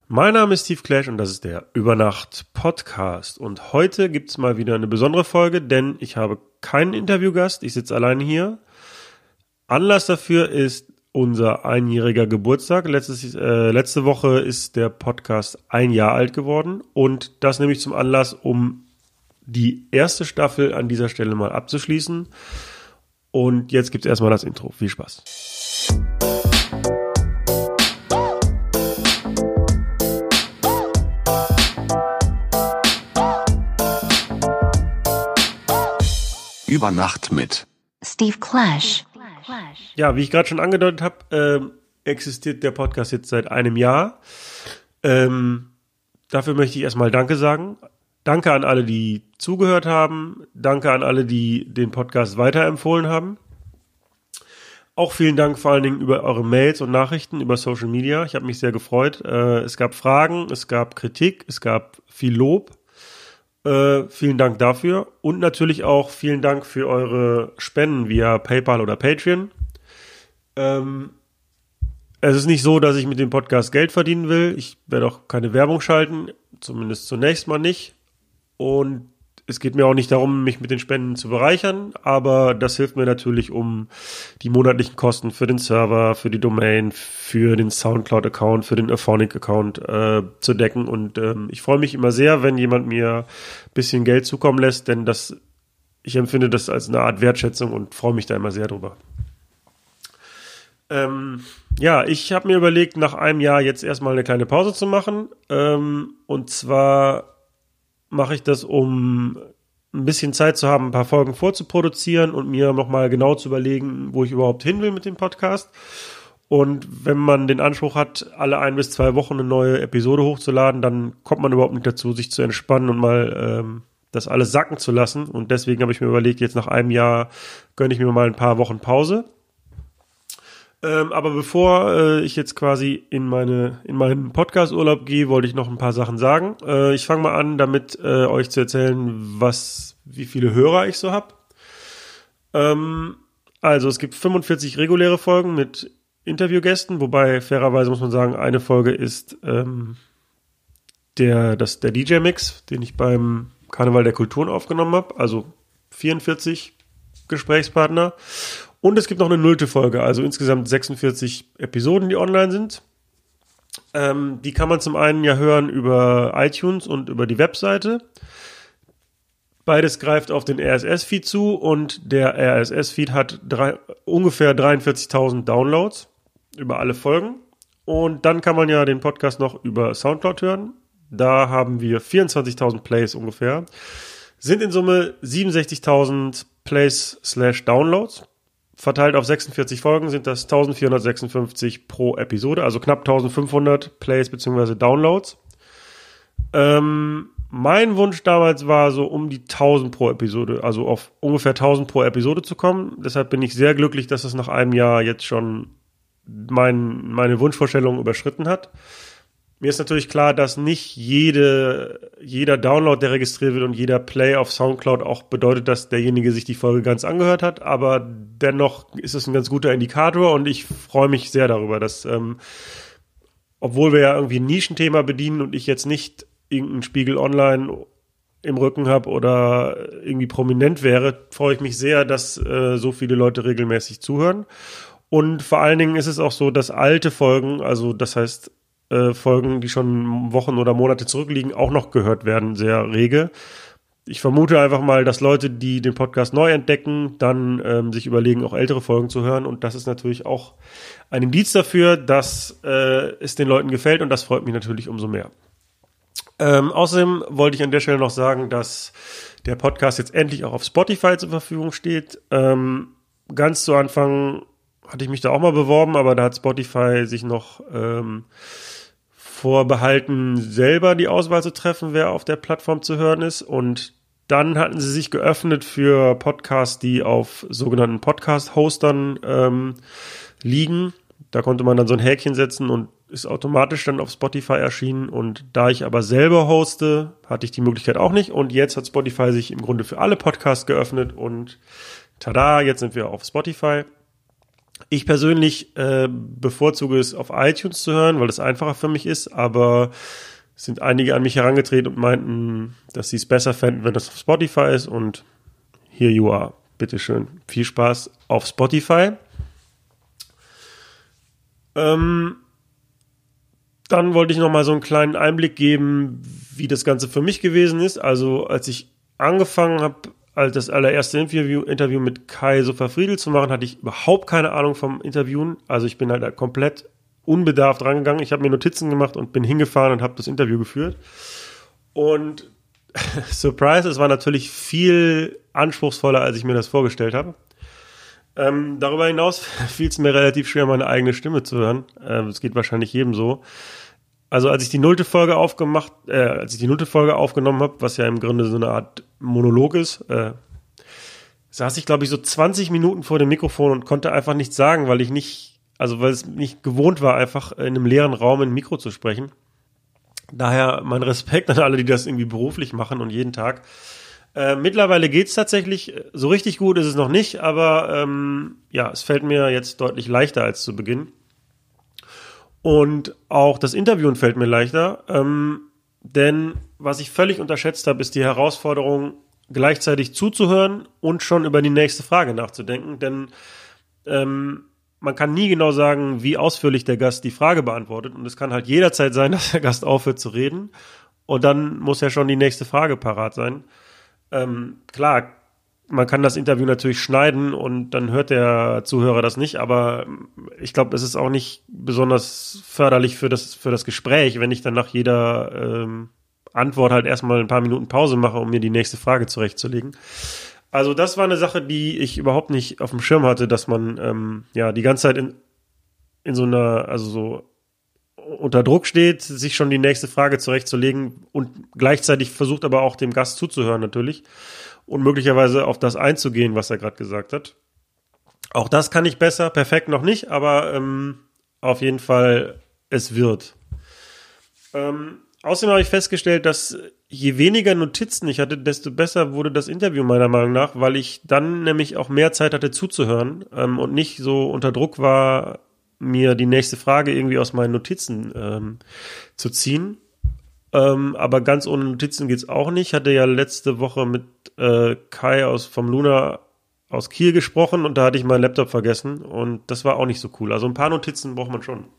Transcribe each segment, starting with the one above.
Mein Name ist Steve Clash und das ist der Übernacht-Podcast. Und heute gibt es mal wieder eine besondere Folge, denn ich habe keinen Interviewgast, ich sitze alleine hier. Anlass dafür ist unser einjähriger Geburtstag. Letzte Woche ist der Podcast 1 Jahr alt geworden und das nehme ich zum Anlass, um die erste Staffel an dieser Stelle mal abzuschließen. Und jetzt gibt es erstmal das Intro. Viel Spaß. Über Nacht mit Steve Clash. Ja, wie ich gerade schon angedeutet habe, existiert der Podcast jetzt seit einem Jahr. Dafür möchte ich erstmal Danke sagen. Danke an alle, die zugehört haben. Danke an alle, die den Podcast weiterempfohlen haben. Auch vielen Dank vor allen Dingen über eure Mails und Nachrichten über Social Media. Ich habe mich sehr gefreut. Es gab Fragen, es gab Kritik, es gab viel Lob. Vielen Dank dafür und natürlich auch vielen Dank für eure Spenden via PayPal oder Patreon. Es ist nicht so, dass ich mit dem Podcast Geld verdienen will. Ich werde auch keine Werbung schalten, zumindest zunächst mal nicht. Und es geht mir auch nicht darum, mich mit den Spenden zu bereichern, aber das hilft mir natürlich, um die monatlichen Kosten für den Server, für die Domain, für den Soundcloud-Account, für den Auphonic-Account zu decken. Und ich freue mich immer sehr, wenn jemand mir ein bisschen Geld zukommen lässt, denn ich empfinde das als eine Art Wertschätzung und freue mich da immer sehr drüber. Ich habe mir überlegt, nach einem Jahr jetzt erstmal eine kleine Pause zu machen. Und zwar mache ich das, um ein bisschen Zeit zu haben, ein paar Folgen vorzuproduzieren und mir nochmal genau zu überlegen, wo ich überhaupt hin will mit dem Podcast. Und wenn man den Anspruch hat, alle 1 bis 2 Wochen eine neue Episode hochzuladen, dann kommt man überhaupt nicht dazu, sich zu entspannen und mal das alles sacken zu lassen. Und deswegen habe ich mir überlegt, jetzt nach einem Jahr gönne ich mir mal ein paar Wochen Pause. Aber bevor ich jetzt quasi in meinen Podcast-Urlaub gehe, wollte ich noch ein paar Sachen sagen. Ich fange mal an, damit euch zu erzählen, wie viele Hörer ich so habe. Also es gibt 45 reguläre Folgen mit Interviewgästen, wobei fairerweise muss man sagen, eine Folge ist der DJ-Mix, den ich beim Karneval der Kulturen aufgenommen habe. Also 44 Gesprächspartner. Und es gibt noch eine 0. Folge, also insgesamt 46 Episoden, die online sind. Die kann man zum einen ja hören über iTunes und über die Webseite. Beides greift auf den RSS-Feed zu und der RSS-Feed hat ungefähr 43.000 Downloads über alle Folgen. Und dann kann man ja den Podcast noch über Soundcloud hören. Da haben wir 24.000 Plays ungefähr. Sind in Summe 67.000 Plays/Downloads. Verteilt auf 46 Folgen sind das 1456 pro Episode, also knapp 1500 Plays bzw. Downloads. Mein Wunsch damals war so um die 1000 pro Episode, also auf ungefähr 1000 pro Episode zu kommen. Deshalb bin ich sehr glücklich, dass es nach einem Jahr jetzt schon meine Wunschvorstellung überschritten hat. Mir ist natürlich klar, dass nicht jeder Download, der registriert wird und jeder Play auf Soundcloud auch bedeutet, dass derjenige sich die Folge ganz angehört hat, aber dennoch ist es ein ganz guter Indikator und ich freue mich sehr darüber, dass, obwohl wir ja irgendwie ein Nischenthema bedienen und ich jetzt nicht irgendeinen Spiegel Online im Rücken habe oder irgendwie prominent wäre, freue ich mich sehr, dass so viele Leute regelmäßig zuhören. Und vor allen Dingen ist es auch so, dass alte Folgen, also das heißt Folgen, die schon Wochen oder Monate zurückliegen, auch noch gehört werden, sehr rege. Ich vermute einfach mal, dass Leute, die den Podcast neu entdecken, dann sich überlegen, auch ältere Folgen zu hören. Und das ist natürlich auch ein Indiz dafür, dass es den Leuten gefällt und das freut mich natürlich umso mehr. Außerdem wollte ich an der Stelle noch sagen, dass der Podcast jetzt endlich auch auf Spotify zur Verfügung steht. Ganz zu Anfang hatte ich mich da auch mal beworben, aber da hat Spotify sich noch vorbehalten, selber die Auswahl zu treffen, wer auf der Plattform zu hören ist. Und dann hatten sie sich geöffnet für Podcasts, die auf sogenannten Podcast-Hostern liegen. Da konnte man dann so ein Häkchen setzen und ist automatisch dann auf Spotify erschienen. Und da ich aber selber hoste, hatte ich die Möglichkeit auch nicht. Und jetzt hat Spotify sich im Grunde für alle Podcasts geöffnet. Und tada, jetzt sind wir auf Spotify. Ich persönlich bevorzuge es auf iTunes zu hören, weil es einfacher für mich ist, aber es sind einige an mich herangetreten und meinten, dass sie es besser fänden, wenn das auf Spotify ist, und here you are. Bitteschön. Viel Spaß auf Spotify. Dann wollte ich noch mal so einen kleinen Einblick geben, wie das Ganze für mich gewesen ist. Also als ich angefangen habe, das allererste Interview mit Kai Sofa-Friedl zu machen, hatte ich überhaupt keine Ahnung vom Interviewen. Also ich bin halt komplett unbedarft rangegangen. Ich habe mir Notizen gemacht und bin hingefahren und habe das Interview geführt. Und Surprise, es war natürlich viel anspruchsvoller, als ich mir das vorgestellt habe. Darüber hinaus fiel es mir relativ schwer, meine eigene Stimme zu hören. Es geht wahrscheinlich jedem so. Also als ich die 0. Folge aufgenommen habe, was ja im Grunde so eine Art Monolog ist, saß ich, glaube ich, so 20 Minuten vor dem Mikrofon und konnte einfach nichts sagen, weil es nicht gewohnt war, einfach in einem leeren Raum in ein Mikro zu sprechen. Daher mein Respekt an alle, die das irgendwie beruflich machen und jeden Tag. Mittlerweile geht's tatsächlich. So richtig gut ist es noch nicht, aber es fällt mir jetzt deutlich leichter als zu Beginn. Und auch das Interviewen fällt mir leichter, denn was ich völlig unterschätzt habe, ist die Herausforderung, gleichzeitig zuzuhören und schon über die nächste Frage nachzudenken, denn man kann nie genau sagen, wie ausführlich der Gast die Frage beantwortet, und es kann halt jederzeit sein, dass der Gast aufhört zu reden und dann muss ja schon die nächste Frage parat sein. Klar, man kann das Interview natürlich schneiden und dann hört der Zuhörer das nicht, aber ich glaube, es ist auch nicht besonders förderlich für das Gespräch, wenn ich dann nach jeder Antwort halt erstmal ein paar Minuten Pause mache, um mir die nächste Frage zurechtzulegen. Also das war eine Sache, die ich überhaupt nicht auf dem Schirm hatte, dass man die ganze Zeit in so einer, also so unter Druck steht, sich schon die nächste Frage zurechtzulegen und gleichzeitig versucht aber auch dem Gast zuzuhören natürlich und möglicherweise auf das einzugehen, was er gerade gesagt hat. Auch das kann ich besser, perfekt noch nicht, aber auf jeden Fall, es wird. Außerdem habe ich festgestellt, dass je weniger Notizen ich hatte, desto besser wurde das Interview meiner Meinung nach, weil ich dann nämlich auch mehr Zeit hatte zuzuhören und nicht so unter Druck war, mir die nächste Frage irgendwie aus meinen Notizen zu ziehen. Aber ganz ohne Notizen geht's auch nicht. Ich hatte ja letzte Woche mit Kai vom Luna aus Kiel gesprochen und da hatte ich meinen Laptop vergessen und das war auch nicht so cool. Also ein paar Notizen braucht man schon.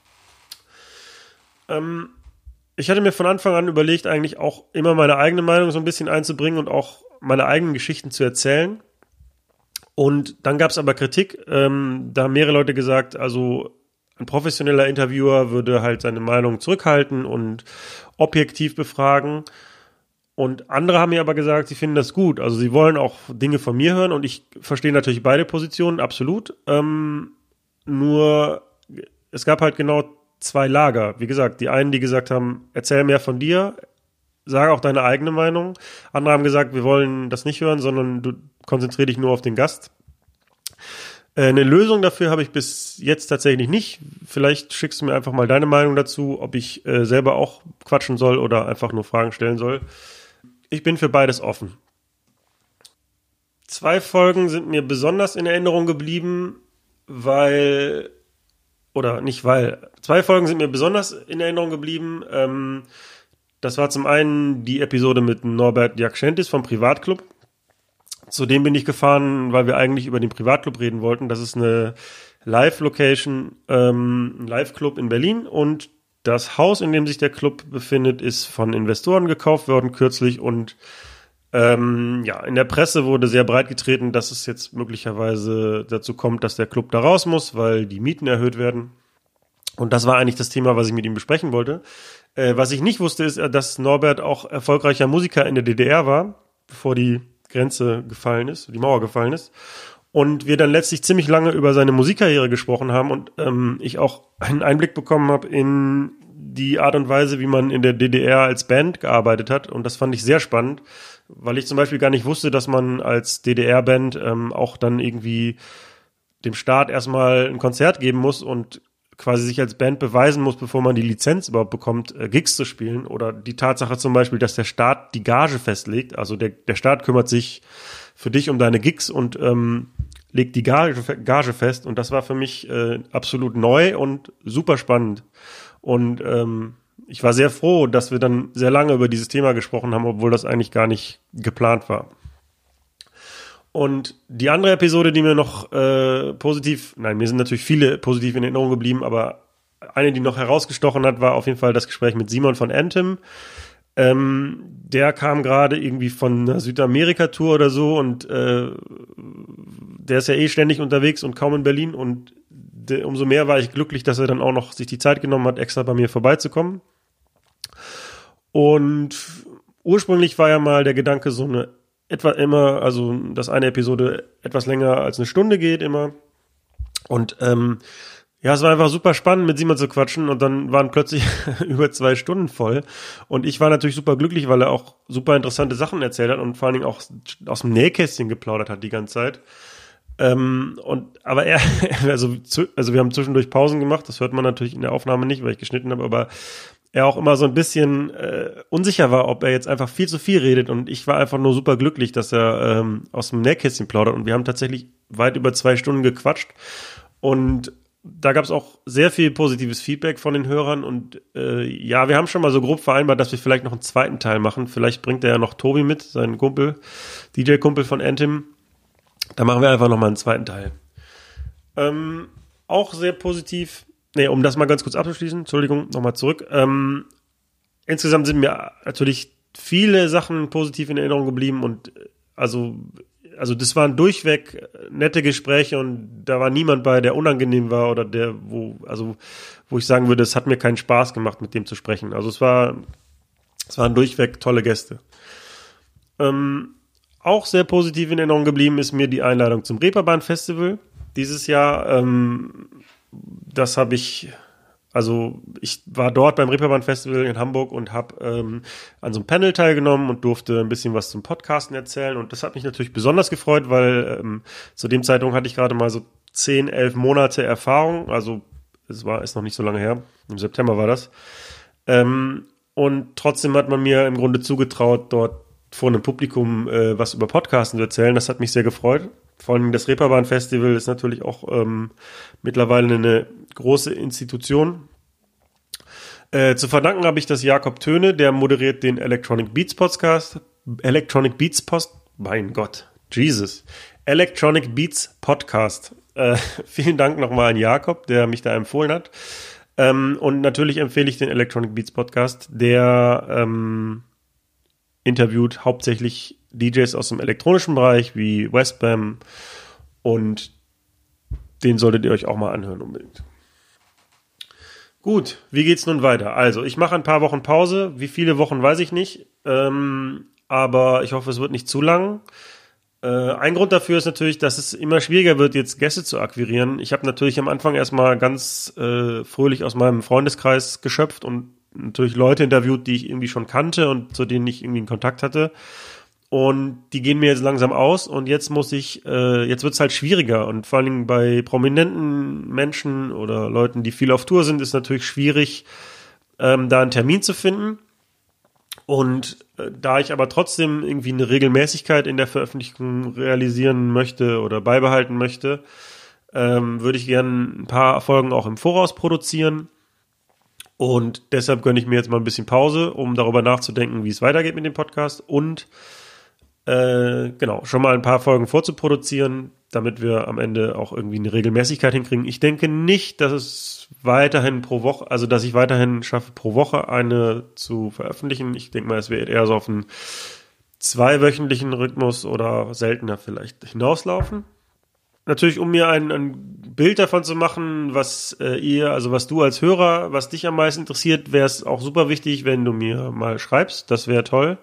Ich hatte mir von Anfang an überlegt, eigentlich auch immer meine eigene Meinung so ein bisschen einzubringen und auch meine eigenen Geschichten zu erzählen. Und dann gab es aber Kritik. Da haben mehrere Leute gesagt, also ein professioneller Interviewer würde halt seine Meinung zurückhalten und objektiv befragen. Und andere haben mir aber gesagt, sie finden das gut. Also sie wollen auch Dinge von mir hören und ich verstehe natürlich beide Positionen, absolut. Nur es gab halt genau zwei Lager. Wie gesagt, die einen, die gesagt haben, erzähl mehr von dir, sage auch deine eigene Meinung. Andere haben gesagt, wir wollen das nicht hören, sondern du konzentriere dich nur auf den Gast. Eine Lösung dafür habe ich bis jetzt tatsächlich nicht. Vielleicht schickst du mir einfach mal deine Meinung dazu, ob ich selber auch quatschen soll oder einfach nur Fragen stellen soll. Ich bin für beides offen. 2 Folgen sind mir besonders in Erinnerung geblieben, 2 Folgen sind mir besonders in Erinnerung geblieben. Das war zum einen die Episode mit Norbert Jakschentis vom Privatclub. Zu dem bin ich gefahren, weil wir eigentlich über den Privatclub reden wollten. Das ist eine Live-Location, ein Live-Club in Berlin. Und das Haus, in dem sich der Club befindet, ist von Investoren gekauft worden kürzlich. Und in der Presse wurde sehr breit getreten, dass es jetzt möglicherweise dazu kommt, dass der Club da raus muss, weil die Mieten erhöht werden. Und das war eigentlich das Thema, was ich mit ihm besprechen wollte. Was ich nicht wusste, ist, dass Norbert auch erfolgreicher Musiker in der DDR war, bevor die Mauer gefallen ist. Und wir dann letztlich ziemlich lange über seine Musikkarriere gesprochen haben und ich auch einen Einblick bekommen habe in die Art und Weise, wie man in der DDR als Band gearbeitet hat. Und das fand ich sehr spannend, weil ich zum Beispiel gar nicht wusste, dass man als DDR-Band auch dann irgendwie dem Staat erstmal ein Konzert geben muss und quasi sich als Band beweisen muss, bevor man die Lizenz überhaupt bekommt, Gigs zu spielen. Oder die Tatsache zum Beispiel, dass der Staat die Gage festlegt. Also der Staat kümmert sich für dich um deine Gigs und legt die Gage fest und das war für mich absolut neu und super spannend. Und ich war sehr froh, dass wir dann sehr lange über dieses Thema gesprochen haben, obwohl das eigentlich gar nicht geplant war. Und die andere Episode, die mir noch mir sind natürlich viele positiv in Erinnerung geblieben, aber eine, die noch herausgestochen hat, war auf jeden Fall das Gespräch mit Simon von Anthem. Der kam gerade irgendwie von einer Südamerika-Tour oder so und der ist ja ständig unterwegs und kaum in Berlin und umso mehr war ich glücklich, dass er dann auch noch sich die Zeit genommen hat, extra bei mir vorbeizukommen. Und ursprünglich war ja mal der Gedanke, dass eine Episode etwas länger als eine Stunde geht immer. Und es war einfach super spannend, mit Simon zu quatschen und dann waren plötzlich über 2 Stunden voll. Und ich war natürlich super glücklich, weil er auch super interessante Sachen erzählt hat und vor allen Dingen auch aus dem Nähkästchen geplaudert hat die ganze Zeit. Aber wir haben zwischendurch Pausen gemacht, das hört man natürlich in der Aufnahme nicht, weil ich geschnitten habe, aber er auch immer so ein bisschen unsicher war, ob er jetzt einfach viel zu viel redet und ich war einfach nur super glücklich, dass er aus dem Nähkästchen plaudert und wir haben tatsächlich weit über 2 Stunden gequatscht und da gab es auch sehr viel positives Feedback von den Hörern und wir haben schon mal so grob vereinbart, dass wir vielleicht noch einen zweiten Teil machen. Vielleicht bringt er ja noch Tobi mit, seinen Kumpel, DJ-Kumpel von Anthem. Da machen wir einfach noch mal einen zweiten Teil. Auch sehr positiv, um das mal ganz kurz abzuschließen, Entschuldigung, nochmal zurück. Insgesamt sind mir natürlich viele Sachen positiv in Erinnerung geblieben und also das waren durchweg nette Gespräche und da war niemand bei, der unangenehm war oder wo ich sagen würde, es hat mir keinen Spaß gemacht, mit dem zu sprechen. Also es waren durchweg tolle Gäste. Auch sehr positiv in Erinnerung geblieben ist mir die Einladung zum Reeperbahn-Festival dieses Jahr. Ich war dort beim Reeperbahn-Festival in Hamburg und habe an so einem Panel teilgenommen und durfte ein bisschen was zum Podcasten erzählen. Und das hat mich natürlich besonders gefreut, weil zu dem Zeitpunkt hatte ich gerade mal so 10, 11 Monate Erfahrung. Also ist noch nicht so lange her. Im September war das. Und trotzdem hat man mir im Grunde zugetraut, dort vor einem Publikum was über Podcasten zu erzählen. Das hat mich sehr gefreut. Vor allem das Reeperbahn-Festival ist natürlich auch mittlerweile eine große Institution. Zu verdanken habe ich das Jakob Töne, der moderiert den Electronic Beats Podcast. Electronic Beats Podcast. Vielen Dank nochmal an Jakob, der mich da empfohlen hat. Und natürlich empfehle ich den Electronic Beats Podcast, der interviewt hauptsächlich DJs aus dem elektronischen Bereich wie Westbam und den solltet ihr euch auch mal anhören unbedingt. Gut, wie geht's nun weiter? Also, ich mache ein paar Wochen Pause. Wie viele Wochen, weiß ich nicht. Aber ich hoffe, es wird nicht zu lang. Ein Grund dafür ist natürlich, dass es immer schwieriger wird, jetzt Gäste zu akquirieren. Ich habe natürlich am Anfang erstmal ganz fröhlich aus meinem Freundeskreis geschöpft und natürlich Leute interviewt, die ich irgendwie schon kannte und zu denen ich irgendwie einen Kontakt hatte. Und die gehen mir jetzt langsam aus und jetzt jetzt wird's halt schwieriger und vor allen Dingen bei prominenten Menschen oder Leuten, die viel auf Tour sind, ist natürlich schwierig, da einen Termin zu finden. Und da ich aber trotzdem irgendwie eine Regelmäßigkeit in der Veröffentlichung realisieren möchte oder beibehalten möchte, würde ich gerne ein paar Folgen auch im Voraus produzieren. Und deshalb gönne ich mir jetzt mal ein bisschen Pause, um darüber nachzudenken, wie es weitergeht mit dem Podcast und schon mal ein paar Folgen vorzuproduzieren, damit wir am Ende auch irgendwie eine Regelmäßigkeit hinkriegen. Ich denke nicht, dass es weiterhin dass ich weiterhin schaffe, pro Woche eine zu veröffentlichen. Ich denke mal, es wird eher so auf einen 2-wöchentlichen Rhythmus oder seltener vielleicht hinauslaufen. Natürlich, um mir ein Bild davon zu machen, was du als Hörer, was dich am meisten interessiert, wäre es auch super wichtig, wenn du mir mal schreibst. Das wäre toll.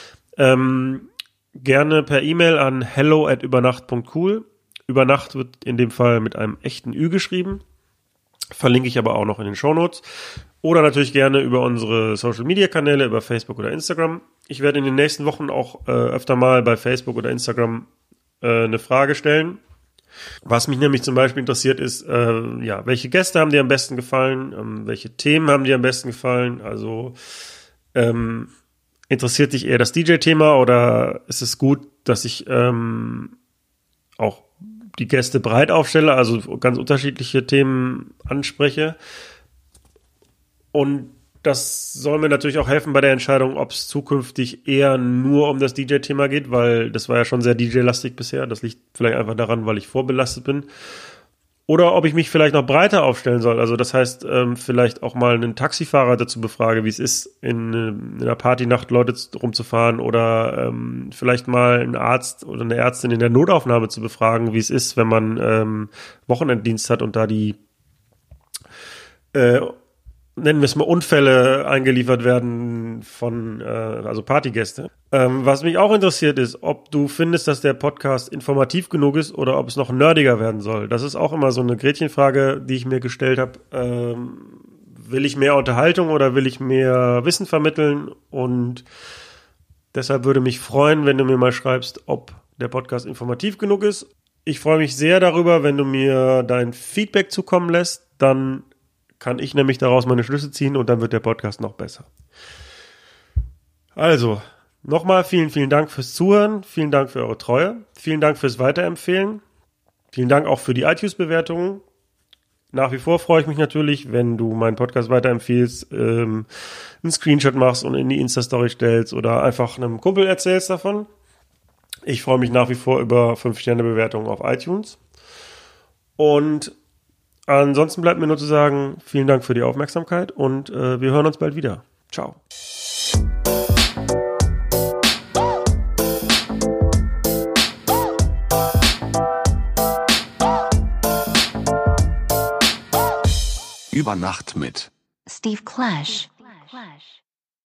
Gerne per E-Mail an hello@übernacht.cool. Übernacht wird in dem Fall mit einem echten Ü geschrieben. Verlinke ich aber auch noch in den Shownotes. Oder natürlich gerne über unsere Social-Media-Kanäle, über Facebook oder Instagram. Ich werde in den nächsten Wochen auch öfter mal bei Facebook oder Instagram eine Frage stellen. Was mich nämlich zum Beispiel interessiert ist, welche Gäste haben dir am besten gefallen? Welche Themen haben dir am besten gefallen? Also interessiert dich eher das DJ-Thema oder ist es gut, dass ich auch die Gäste breit aufstelle, also ganz unterschiedliche Themen anspreche. Und das soll mir natürlich auch helfen bei der Entscheidung, ob es zukünftig eher nur um das DJ-Thema geht, weil das war ja schon sehr DJ-lastig bisher. Das liegt vielleicht einfach daran, weil ich vorbelastet bin. Oder ob ich mich vielleicht noch breiter aufstellen soll. Also das heißt, vielleicht auch mal einen Taxifahrer dazu befrage, wie es ist, in einer Partynacht Leute rumzufahren, oder vielleicht mal einen Arzt oder eine Ärztin in der Notaufnahme zu befragen, wie es ist, wenn man Wochenenddienst hat und da die nennen wir es mal, Unfälle eingeliefert werden von also Partygäste. Was mich auch interessiert ist, ob du findest, dass der Podcast informativ genug ist oder ob es noch nerdiger werden soll. Das ist auch immer so eine Gretchenfrage, die ich mir gestellt habe. Will ich mehr Unterhaltung oder will ich mehr Wissen vermitteln? Und deshalb würde mich freuen, wenn du mir mal schreibst, ob der Podcast informativ genug ist. Ich freue mich sehr darüber, wenn du mir dein Feedback zukommen lässt. Dann kann ich nämlich daraus meine Schlüsse ziehen und dann wird der Podcast noch besser. Also, nochmal vielen, vielen Dank fürs Zuhören. Vielen Dank für eure Treue. Vielen Dank fürs Weiterempfehlen. Vielen Dank auch für die iTunes-Bewertungen. Nach wie vor freue ich mich natürlich, wenn du meinen Podcast weiterempfiehlst, einen Screenshot machst und in die Insta-Story stellst oder einfach einem Kumpel erzählst davon. Ich freue mich nach wie vor über 5-Sterne-Bewertungen auf iTunes. Und ansonsten bleibt mir nur zu sagen, vielen Dank für die Aufmerksamkeit und wir hören uns bald wieder. Ciao. Über Nacht mit Steve Clash.